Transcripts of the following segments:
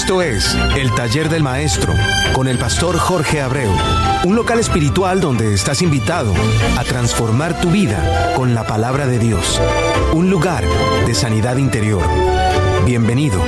Esto es El Taller del Maestro con el pastor Jorge Abreu, un local espiritual donde estás invitado a transformar tu vida con la palabra de Dios, un lugar de sanidad interior. Bienvenido.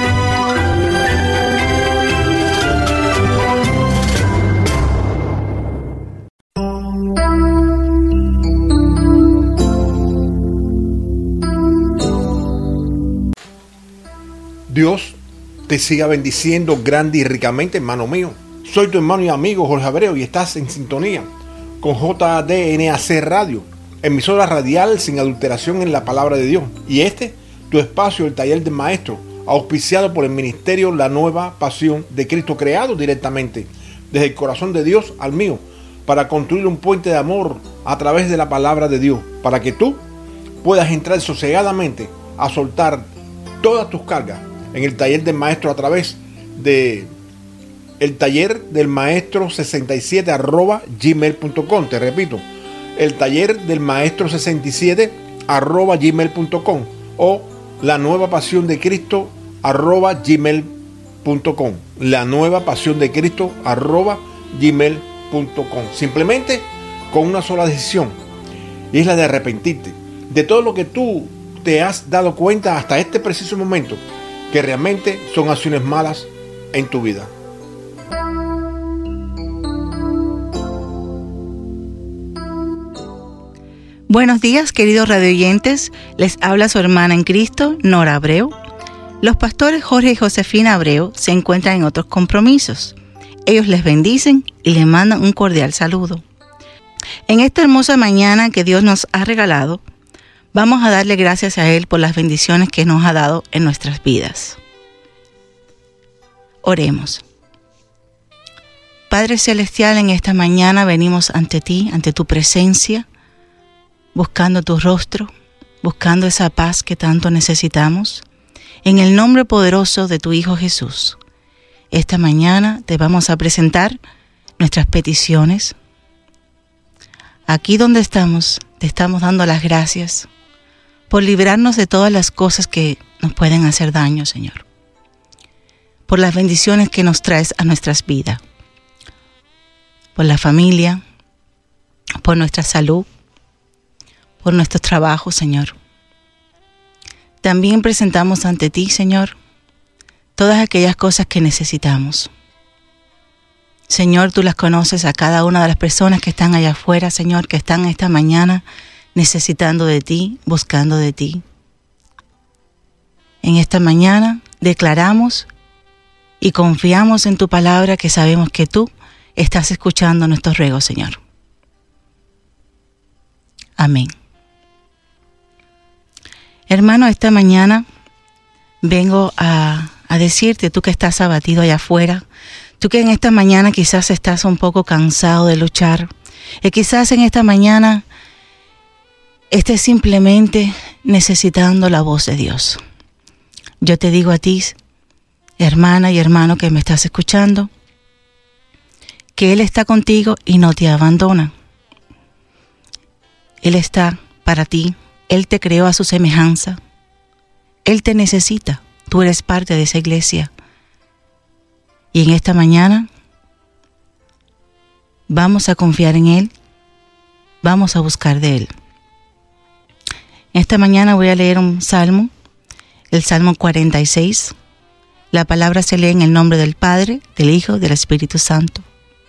Dios te siga bendiciendo grande y ricamente, hermano mío. Soy tu hermano y amigo Jorge Abreu y estás en sintonía con JDNAC Radio, emisora radial sin adulteración en la palabra de Dios. Y tu espacio, el Taller del Maestro, auspiciado por el ministerio La Nueva Pasión de Cristo, creado directamente desde el corazón de Dios al mío, para construir un puente de amor a través de la palabra de Dios, para que tú puedas entrar sosegadamente a soltar todas tus cargas en el Taller del Maestro a través de el Taller del Maestro 67 @gmail.com. Te repito, el Taller del Maestro 67 @gmail.com o La Nueva Pasión de Cristo @gmail.com. La Nueva Pasión de Cristo @gmail.com. Simplemente con una sola decisión, y es la de arrepentirte de todo lo que tú te has dado cuenta hasta este preciso momento que realmente son acciones malas en tu vida. Buenos días, queridos radioyentes. Les habla su hermana en Cristo, Nora Abreu. Los pastores Jorge y Josefina Abreu se encuentran en otros compromisos. Ellos les bendicen y les mandan un cordial saludo. En esta hermosa mañana que Dios nos ha regalado, vamos a darle gracias a Él por las bendiciones que nos ha dado en nuestras vidas. Oremos. Padre Celestial, en esta mañana venimos ante ti, ante tu presencia, buscando tu rostro, buscando esa paz que tanto necesitamos. En el nombre poderoso de tu Hijo Jesús, esta mañana te vamos a presentar nuestras peticiones. Aquí donde estamos, te estamos dando las gracias por librarnos de todas las cosas que nos pueden hacer daño, Señor. Por las bendiciones que nos traes a nuestras vidas. Por la familia, por nuestra salud, por nuestros trabajos, Señor. También presentamos ante ti, Señor, todas aquellas cosas que necesitamos. Señor, tú las conoces a cada una de las personas que están allá afuera, Señor, que están esta mañana necesitando de ti, buscando de ti. En esta mañana declaramos y confiamos en tu palabra, que sabemos que tú estás escuchando nuestros ruegos, Señor. Amén. Hermano, esta mañana vengo a decirte, tú que estás abatido allá afuera, tú que en esta mañana quizás estás un poco cansado de luchar, y quizás en esta mañana estés simplemente necesitando la voz de Dios. Yo te digo a ti, hermana y hermano que me estás escuchando, que Él está contigo y no te abandona. Él está para ti. Él te creó a su semejanza. Él te necesita. Tú eres parte de esa iglesia. Y en esta mañana vamos a confiar en Él. Vamos a buscar de Él. Esta mañana voy a leer un salmo, el Salmo 46. La palabra se lee en el nombre del Padre, del Hijo, del Espíritu Santo.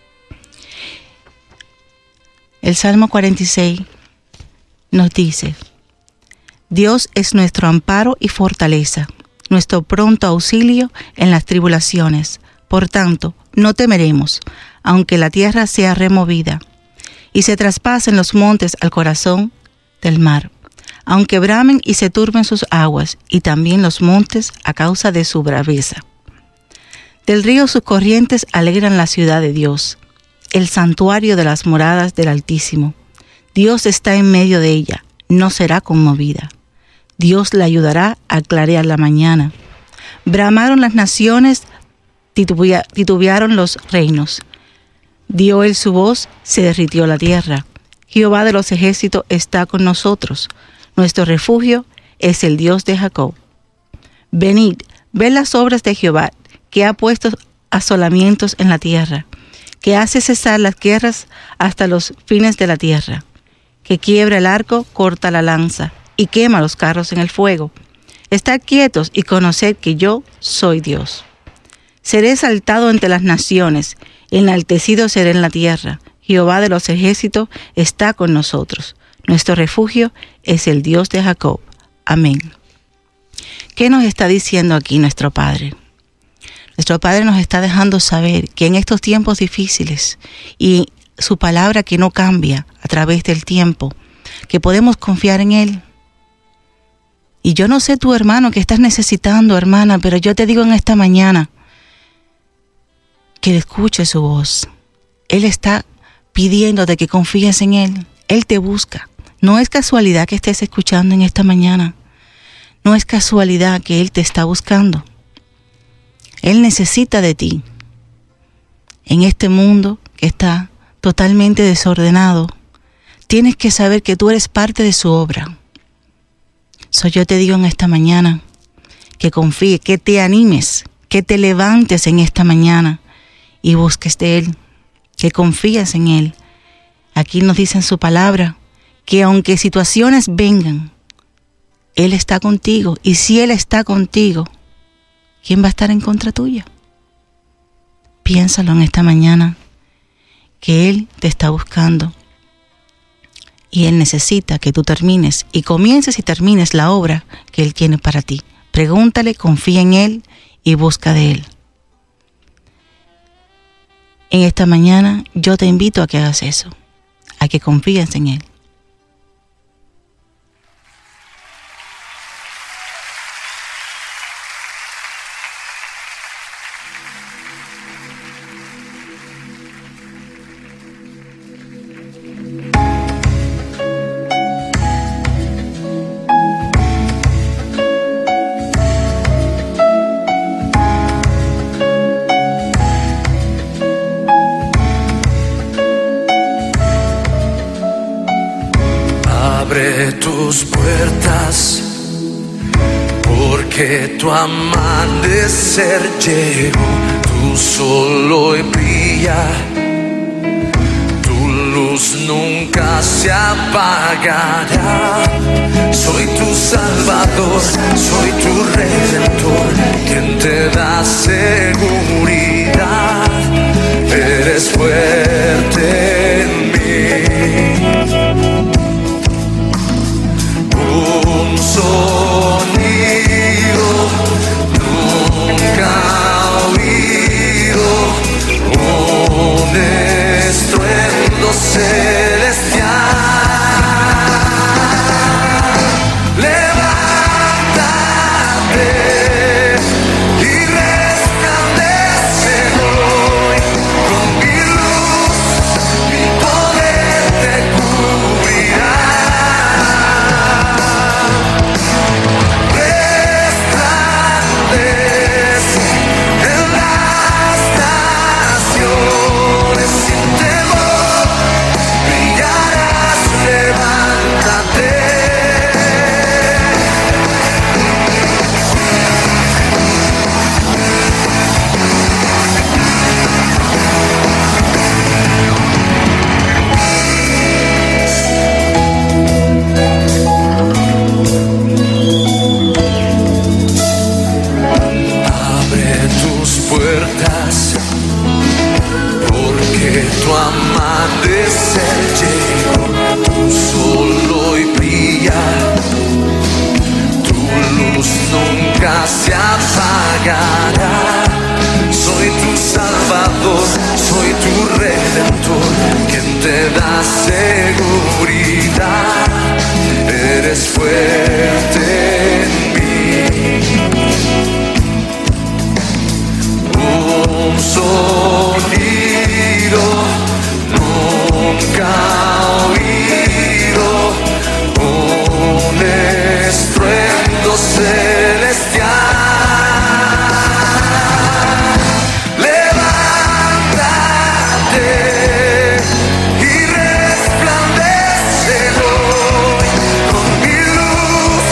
El Salmo 46 nos dice: Dios es nuestro amparo y fortaleza, nuestro pronto auxilio en las tribulaciones. Por tanto, no temeremos, aunque la tierra sea removida y se traspasen los montes al corazón del mar, aunque bramen y se turben sus aguas, y también los montes a causa de su braveza. Del río sus corrientes alegran la ciudad de Dios, el santuario de las moradas del Altísimo. Dios está en medio de ella, no será conmovida. Dios la ayudará a clarear la mañana. Bramaron las naciones, titubearon los reinos. Dio él su voz, se derritió la tierra. Jehová de los ejércitos está con nosotros. Nuestro refugio es el Dios de Jacob. Venid, ved las obras de Jehová, que ha puesto asolamientos en la tierra, que hace cesar las guerras hasta los fines de la tierra, que quiebra el arco, corta la lanza y quema los carros en el fuego. Estad quietos y conoced que yo soy Dios. Seré exaltado entre las naciones, enaltecido seré en la tierra. Jehová de los ejércitos está con nosotros. Nuestro refugio es el Dios de Jacob. Amén. ¿Qué nos está diciendo aquí nuestro Padre? Nuestro Padre nos está dejando saber que en estos tiempos difíciles y su palabra que no cambia a través del tiempo, que podemos confiar en Él. Y yo no sé tu hermano que estás necesitando, hermana, pero yo te digo en esta mañana que escuche su voz. Él está pidiéndote que confíes en Él. Él te busca. No es casualidad que estés escuchando en esta mañana. No es casualidad que Él te está buscando. Él necesita de ti. En este mundo que está totalmente desordenado, tienes que saber que tú eres parte de su obra. Yo te digo en esta mañana que confíes, que te animes, que te levantes en esta mañana y busques de Él, que confíes en Él. Aquí nos dice en su palabra que aunque situaciones vengan, Él está contigo. Y si Él está contigo, ¿quién va a estar en contra tuya? Piénsalo en esta mañana, que Él te está buscando. Y Él necesita que tú termines y comiences y termines la obra que Él tiene para ti. Pregúntale, confía en Él y busca de Él. En esta mañana yo te invito a que hagas eso, a que confíes en Él. Abre tus puertas, porque tu amanecer llegó. Tu sol hoy brilla, tu luz nunca se apagará. Soy tu Salvador, soy tu Redentor, quien te da seguridad. Eres fuerte en mí. Un sonido nunca oído, un estruendo celestial. Levántate y resplandece hoy, con mi luz, mi poder te cubrirá. Se apagará. Soy tu Salvador, soy tu Redentor, quien te da seguridad. Eres fuerte en mí. Un sonido nunca oído, un estruendo celestial. Levántate y resplandece hoy, con mi luz,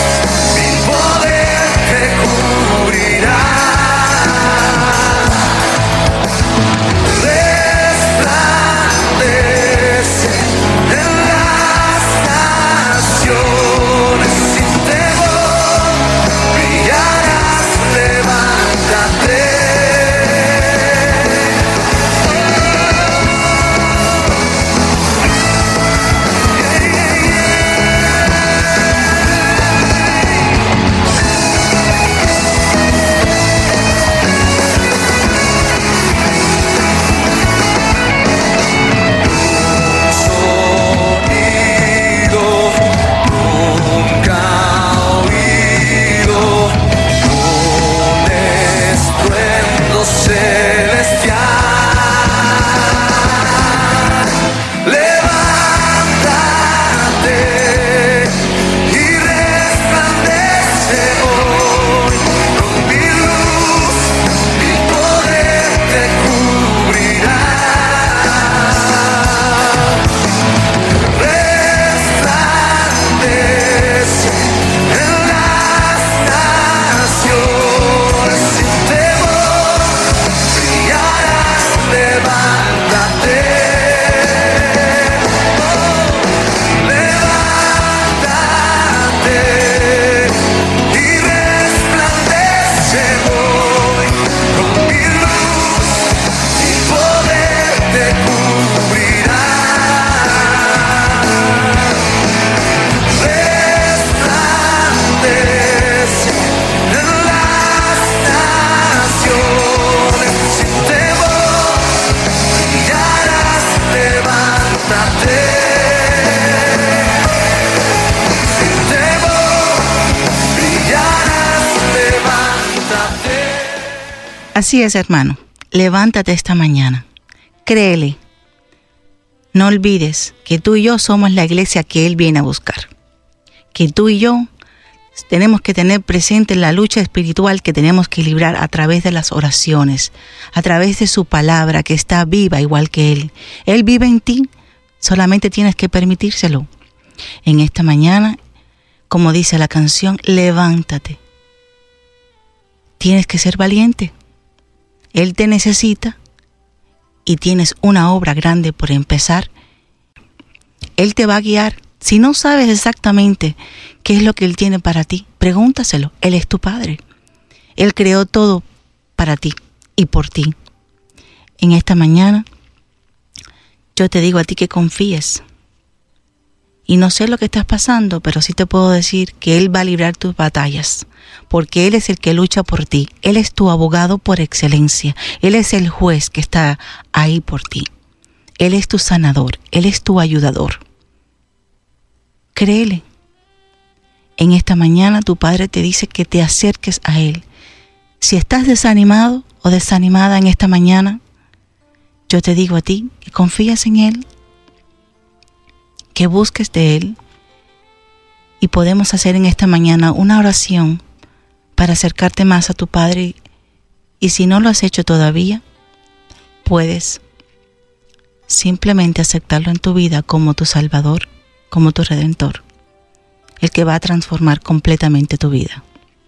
Así es, hermano. Levántate esta mañana. Créele. No olvides que tú y yo somos la iglesia que Él viene a buscar. Que tú y yo tenemos que tener presente la lucha espiritual que tenemos que librar a través de las oraciones, a través de su palabra que está viva igual que Él. Él vive en ti, solamente tienes que permitírselo. En esta mañana, como dice la canción, levántate. Tienes que ser valiente. Él te necesita y tienes una obra grande por empezar. Él te va a guiar. Si no sabes exactamente qué es lo que Él tiene para ti, pregúntaselo. Él es tu Padre. Él creó todo para ti y por ti. En esta mañana, yo te digo a ti que confíes. Y no sé lo que estás pasando, pero sí te puedo decir que Él va a librar tus batallas, porque Él es el que lucha por ti. Él es tu abogado por excelencia. Él es el juez que está ahí por ti. Él es tu sanador. Él es tu ayudador. Créele. En esta mañana tu Padre te dice que te acerques a Él. Si estás desanimado o desanimada en esta mañana, yo te digo a ti que confías en Él, que busques de Él, y podemos hacer en esta mañana una oración para acercarte más a tu Padre. Y si no lo has hecho todavía, puedes simplemente aceptarlo en tu vida como tu Salvador, como tu Redentor, el que va a transformar completamente tu vida.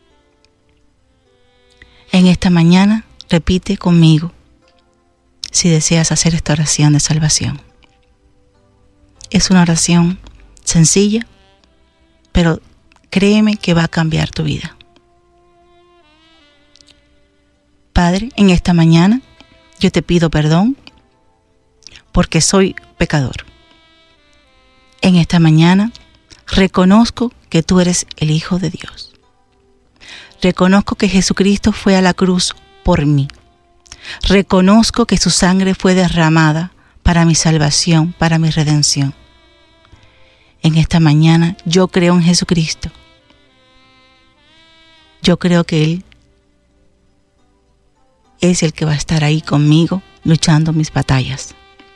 En esta mañana, repite conmigo si deseas hacer esta oración de salvación. Es una oración sencilla, pero créeme que va a cambiar tu vida. Padre, en esta mañana yo te pido perdón porque soy pecador. En esta mañana reconozco que tú eres el Hijo de Dios. Reconozco que Jesucristo fue a la cruz por mí. Reconozco que su sangre fue derramada para mi salvación, para mi redención. En esta mañana yo creo en Jesucristo. Yo creo que Él es el que va a estar ahí conmigo, luchando mis batallas.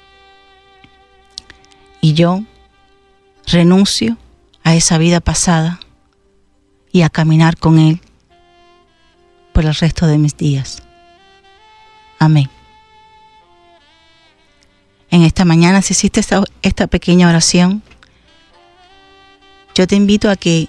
Y yo renuncio a esa vida pasada y a caminar con Él por el resto de mis días. Amén. En esta mañana, si hiciste esta pequeña oración, yo te invito a que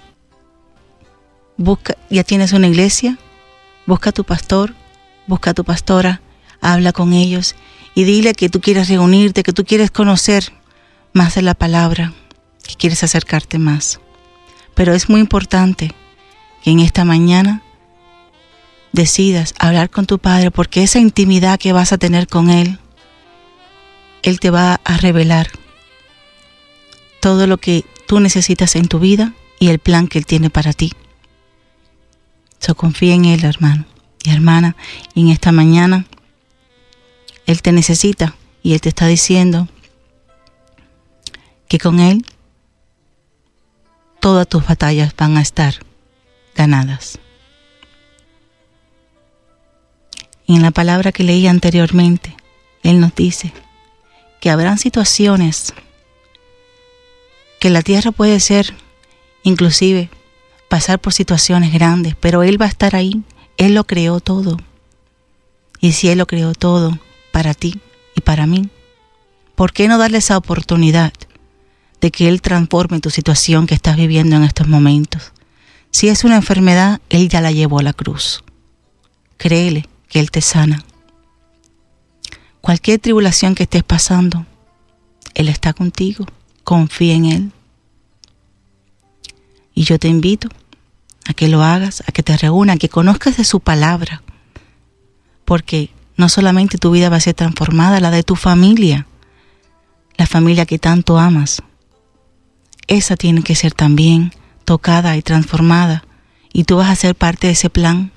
ya tienes una iglesia, busca a tu pastor, busca a tu pastora, habla con ellos y dile que tú quieres reunirte, que tú quieres conocer más de la palabra, que quieres acercarte más. Pero es muy importante que en esta mañana decidas hablar con tu Padre, porque esa intimidad que vas a tener con Él, Él te va a revelar todo lo que tú necesitas en tu vida y el plan que Él tiene para ti. Confía en Él, hermano y hermana, y en esta mañana Él te necesita y Él te está diciendo que con Él todas tus batallas van a estar ganadas. Y en la palabra que leí anteriormente, Él nos dice que habrán situaciones que la tierra puede ser, inclusive, pasar por situaciones grandes, pero Él va a estar ahí. Él lo creó todo. Y si Él lo creó todo para ti y para mí, ¿por qué no darle esa oportunidad de que Él transforme tu situación que estás viviendo en estos momentos? Si es una enfermedad, Él ya la llevó a la cruz. Créele que Él te sana. Cualquier tribulación que estés pasando, Él está contigo. Confía en Él. Y yo te invito a que lo hagas, a que te reúnas, a que conozcas de su palabra. Porque no solamente tu vida va a ser transformada, la de tu familia, la familia que tanto amas, esa tiene que ser también tocada y transformada. Y tú vas a ser parte de ese plan.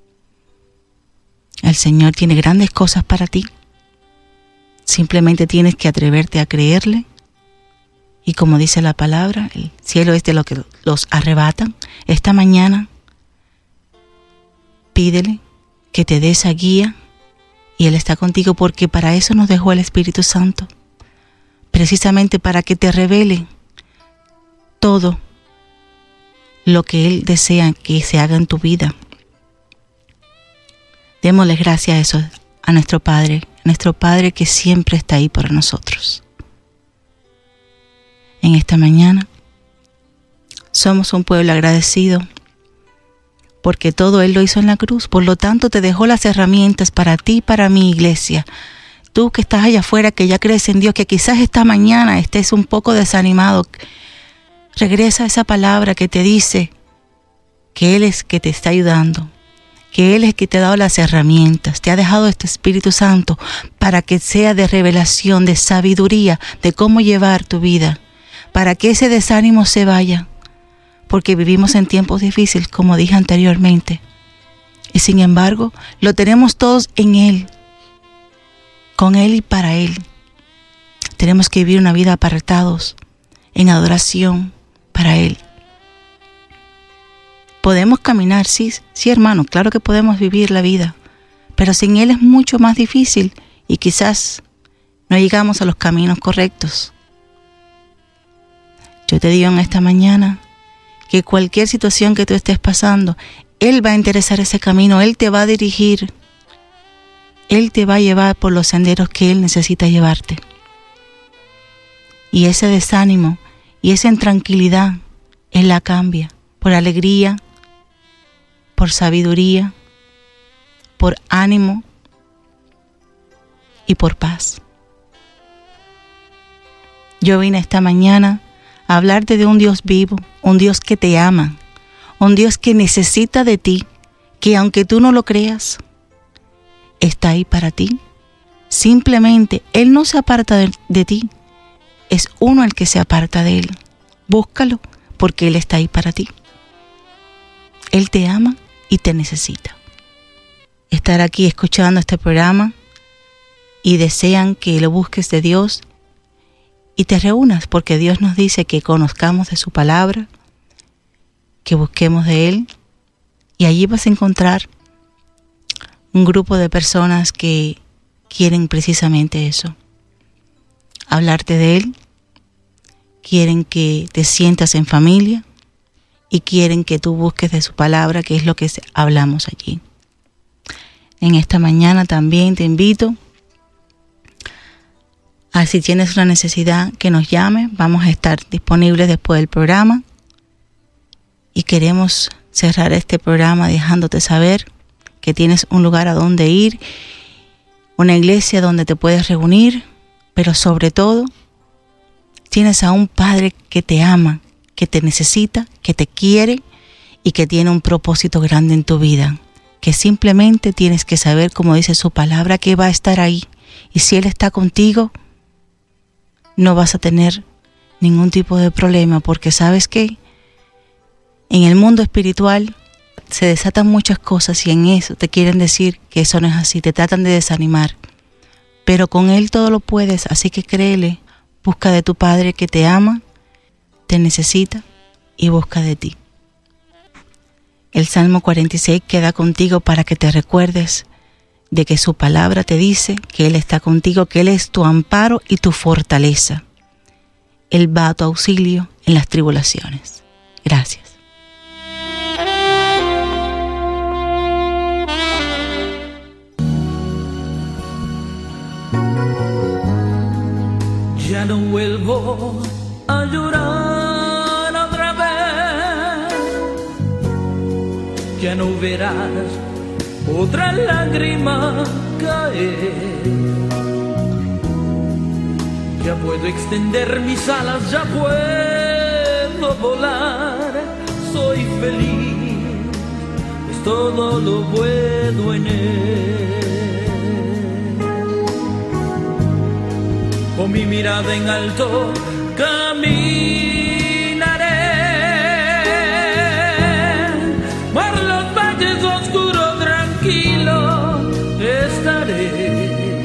El Señor tiene grandes cosas para ti. Simplemente tienes que atreverte a creerle. Y como dice la palabra, el cielo es de lo que los arrebatan. Esta mañana, pídele que te dé esa guía, y Él está contigo porque para eso nos dejó el Espíritu Santo, precisamente para que te revele todo lo que Él desea que se haga en tu vida. Démosle gracias a eso, a nuestro Padre que siempre está ahí para nosotros. En esta mañana somos un pueblo agradecido porque todo Él lo hizo en la cruz. Por lo tanto, te dejó las herramientas para ti y para mi iglesia. Tú que estás allá afuera, que ya crees en Dios, que quizás esta mañana estés un poco desanimado, regresa a esa palabra que te dice que Él es que te está ayudando, que Él es que te ha dado las herramientas, te ha dejado este Espíritu Santo para que sea de revelación, de sabiduría, de cómo llevar tu vida, para que ese desánimo se vaya, porque vivimos en tiempos difíciles, como dije anteriormente, y sin embargo lo tenemos todos en Él, con Él y para Él. Tenemos que vivir una vida apartados, en adoración para Él. Podemos caminar, sí hermano, claro que podemos vivir la vida, pero sin Él es mucho más difícil y quizás no llegamos a los caminos correctos. Yo te digo en esta mañana que cualquier situación que tú estés pasando, Él va a enderezar ese camino, Él te va a dirigir, Él te va a llevar por los senderos que Él necesita llevarte. Y ese desánimo y esa intranquilidad, Él la cambia por alegría, por sabiduría, por ánimo y por paz. Yo vine esta mañana a hablarte de un Dios vivo, un Dios que te ama, un Dios que necesita de ti, que aunque tú no lo creas, está ahí para ti. Simplemente Él no se aparta de ti, es uno el que se aparta de Él. Búscalo porque Él está ahí para ti. Él te ama y te necesita. Estar aquí escuchando este programa y desean que lo busques de Dios y te reúnas, porque Dios nos dice que conozcamos de su palabra, que busquemos de Él, y allí vas a encontrar un grupo de personas que quieren precisamente eso, hablarte de Él, quieren que te sientas en familia y quieren que tú busques de su palabra, que es lo que hablamos allí. En esta mañana también te invito a, si tienes una necesidad, que nos llames. Vamos a estar disponibles después del programa y queremos cerrar este programa dejándote saber que tienes un lugar a donde ir, una iglesia donde te puedes reunir, pero sobre todo tienes a un Padre que te ama, que te necesita, que te quiere y que tiene un propósito grande en tu vida, que simplemente tienes que saber, como dice su palabra, que va a estar ahí. Y si Él está contigo, no vas a tener ningún tipo de problema, porque ¿sabes qué? En el mundo espiritual se desatan muchas cosas y en eso te quieren decir que eso no es así, te tratan de desanimar. Pero con Él todo lo puedes, así que créele, busca de tu Padre que te ama, te necesita y busca de ti. El Salmo 46 queda contigo para que te recuerdes de que su palabra te dice que Él está contigo, que Él es tu amparo y tu fortaleza. Él va a tu auxilio en las tribulaciones. Gracias. Ya no vuelvo a llorar otra vez, ya no verás otra lágrima caer. Ya puedo extender mis alas, ya puedo volar, soy feliz, es todo lo bueno en Él. Con mi mirada en alto caminaré por los valles oscuros, tranquilo estaré.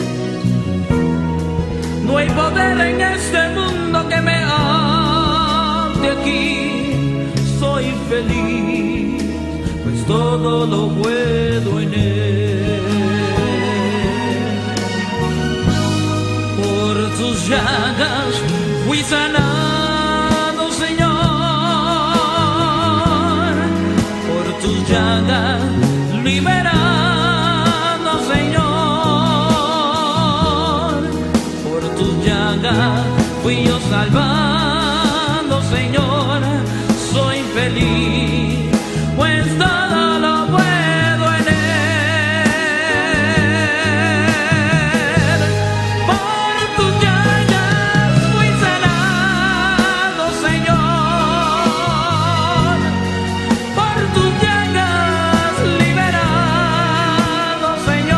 No hay poder en este mundo que me ate aquí. Soy feliz, pues todo lo puedo en Él. llagas fui sanado, Señor. Por tus llagas liberado, Señor. Por tus llagas fui yo salvado, Señor. Soy feliz, pues todo lo puedo en Él. Por tus llagas fui sanado, Señor. Por tus llagas liberado,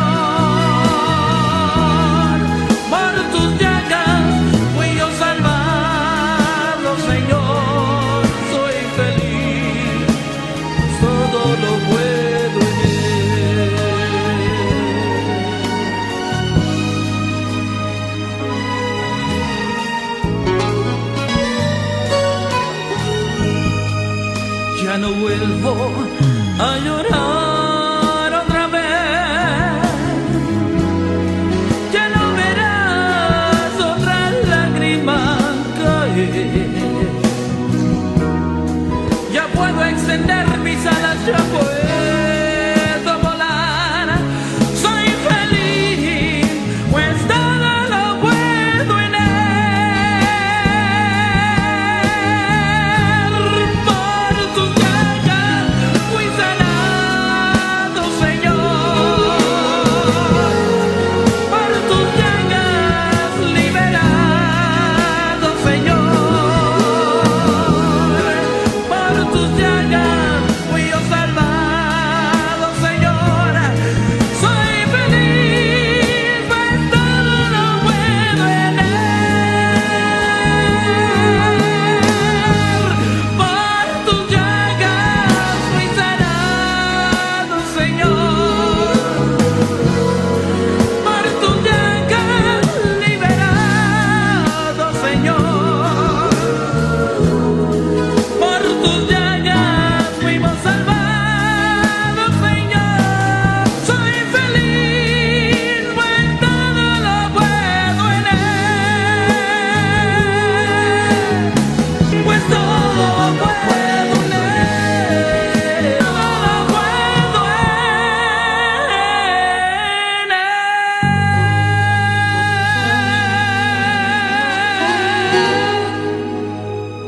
Señor. Por tus llagas fui yo salvado, Señor. Soy feliz, todo lo puedo en Él. Ya no vuelvo a llorar,